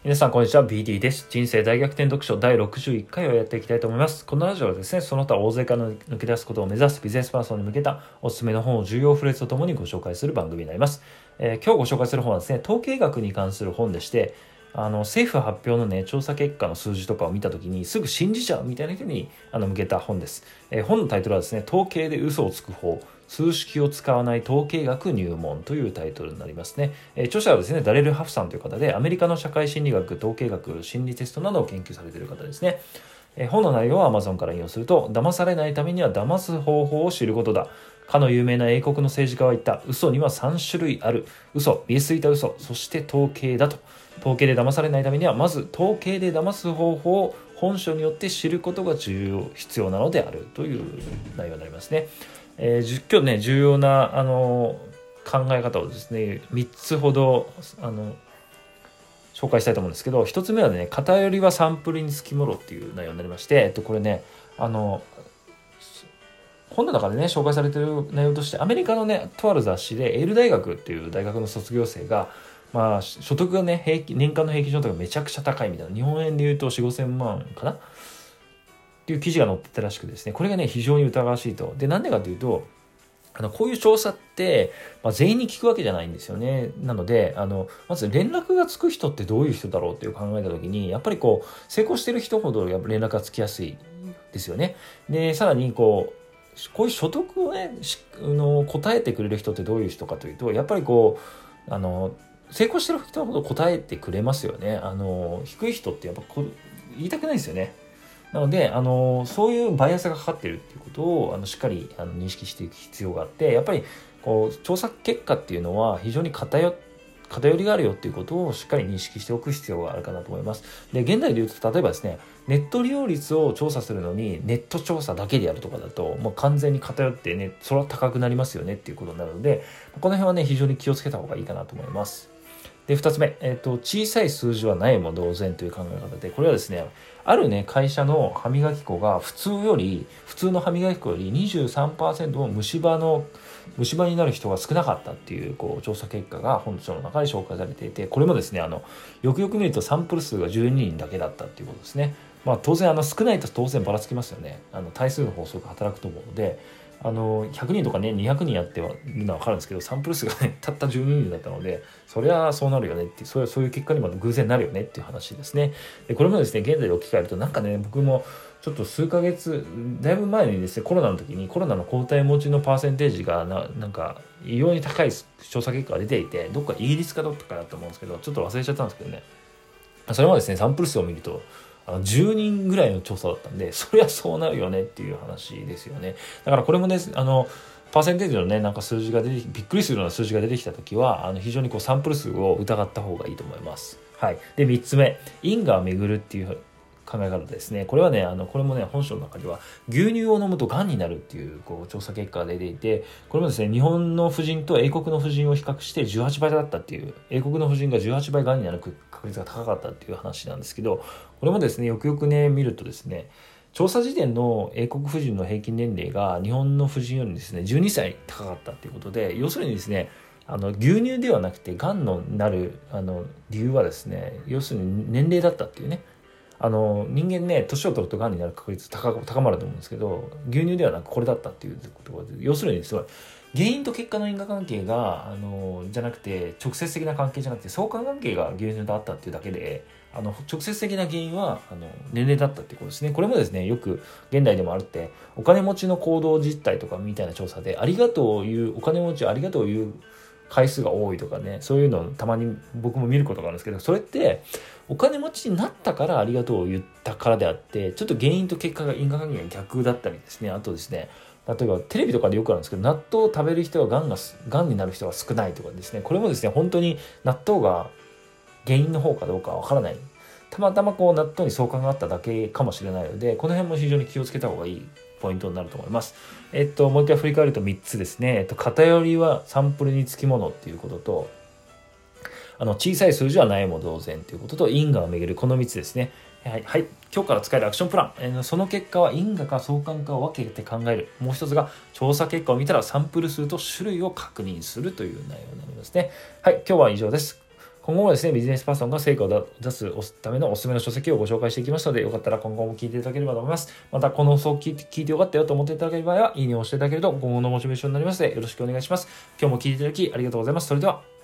皆さんこんにちは、BD です。人生大逆転読書第61回をやっていきたいと思います。このラジオはですね、その他大勢から抜け出すことを目指すビジネスパーソンに向けたおすすめの本を重要フレーズとともにご紹介する番組になります。今日ご紹介する本はですね、統計学に関する本でして、政府発表のね、調査結果の数字とかを見たときにすぐ信じちゃうみたいな人に向けた本です。本のタイトルはですね、統計で嘘をつく方、数式を使わない統計学入門というタイトルになりますね。著者はですね、ダレル・ハフさんという方で、アメリカの社会心理学、統計学、心理テストなどを研究されている方ですね。本の内容は Amazon から引用すると、騙されないためには騙す方法を知ることだ。かの有名な英国の政治家は言った。嘘には3種類ある。嘘、見えすぎた嘘、そして統計だと。統計で騙されないためには、まず統計で騙す方法を本書によって知ることが必要なのであるという内容になりますね。今日ね、重要な考え方をですね、3つほど紹介したいと思うんですけど、1つ目はね、偏りはサンプルにつきもろっていう内容になりまして、これね、本の中でね、紹介されている内容として、アメリカのね、とある雑誌でエール大学っていう大学の卒業生が、所得がね、年間の平均所得がめちゃくちゃ高いみたいな、日本円で言うと4、5千万かなっていう記事が載ってたらしくですね、これがね、非常に疑わしいと。で、なんでかというと、こういう調査って、全員に聞くわけじゃないんですよね。なので、まず連絡がつく人ってどういう人だろうっていう考えたときに、やっぱり成功してる人ほどやっぱ連絡がつきやすいですよね。で、さらにこういう所得をね、答えてくれる人ってどういう人かというと、やっぱり成功してる人ほど答えてくれますよね。低い人ってやっぱ言いたくないですよね。なので、そういうバイアスがかかっているっていうことをしっかり認識していく必要があって、やっぱり調査結果っていうのは非常に偏りがあるよっていうことをしっかり認識しておく必要があるかなと思います。で、現代で言うと、例えばですね、ネット利用率を調査するのにネット調査だけでやるとかだと、もう完全に偏ってね、それは高くなりますよねっていうことになるので、この辺はね、非常に気をつけた方がいいかなと思います。で、2つ目、小さい数字はないも同然という考え方で、これはですね、あるね、会社の歯磨き粉が普通の歯磨き粉より 23% も虫歯になる人が少なかったっていう、調査結果が本書の中で紹介されていて、これもですね、よくよく見るとサンプル数が12人だけだったっていうことですね。当然少ないと当然ばらつきますよね。対数の法則が働くと思うので、100人とかね、200人やってはいるのは分かるんですけど、サンプル数がね、たった12人だったので、そりゃそうなるよねっていう、そういう結果にも偶然なるよねっていう話ですね。で、これもですね、現在で置き換えると、なんかね、僕もちょっと数ヶ月、だいぶ前にですね、コロナの時にコロナの抗体持ちのパーセンテージがなんか異様に高い調査結果が出ていて、どっかイギリスかどっかだと思うんですけど、ちょっと忘れちゃったんですけどね。それもですね、サンプル数を見ると、10人ぐらいの調査だったんで、そりゃそうなるよねっていう話ですよね。だからこれもね、パーセンテージのね、なんか数字がびっくりするような数字が出てきたときは、非常にサンプル数を疑った方がいいと思います。はい。で、3つ目、因果を巡るっていう考え方ですね。これはね、これもね、本書の中では、牛乳を飲むと癌になるっていう、調査結果が出ていて、これもですね、日本の婦人と英国の婦人を比較して18倍だったっていう、英国の婦人が18倍癌になる確率が高かったっていう話なんですけど、これもですね、よくよくね、見るとですね、調査時点の英国婦人の平均年齢が日本の婦人よりですね、12歳高かったということで、要するにですね、牛乳ではなくて、癌のなる理由はですね、要するに年齢だったっていうね。人間ね、年を取ると癌になる確率高まると思うんですけど、牛乳ではなくこれだったっていうことで、要するにすごい原因と結果の因果関係がじゃなくて、直接的な関係じゃなくて相関関係が牛乳だったっていうだけで、直接的な原因は年齢だったっていうことですね。これもですね、よく現代でもあるって、お金持ちの行動実態とかみたいな調査で、お金持ちはありがとうを言う回数が多いとかね、そういうのをたまに僕も見ることがあるんですけど、それってお金持ちになったからありがとうを言ったからであって、ちょっと原因と結果が因果関係が逆だったりですね。あとですね、例えばテレビとかでよくあるんですけど、納豆を食べる人はがんになる人が少ないとかですね、これもですね、本当に納豆が原因の方かどうかわからない。たまたま納豆に相関があっただけかもしれないので、この辺も非常に気をつけた方がいいポイントになると思います。もう一回振り返ると3つですね。偏りはサンプルにつきものっていうことと、小さい数字はないも同然ということと、因果をめぐるこの3つですね。はい。今日から使えるアクションプラン。その結果は因果か相関かを分けて考える。もう一つが調査結果を見たらサンプル数と種類を確認するという内容になりますね。はい。今日は以上です。 今後もですね、ビジネスパーソンが成果を出すためのおすすめの書籍をご紹介していきますので、よかったら今後も聞いていただければと思います。また、この放送を聞いてよかったよと思っていただける場合は、いいねを押していただけると今後のモチベーションになりますので、よろしくお願いします。今日も聞いていただきありがとうございます。それでは。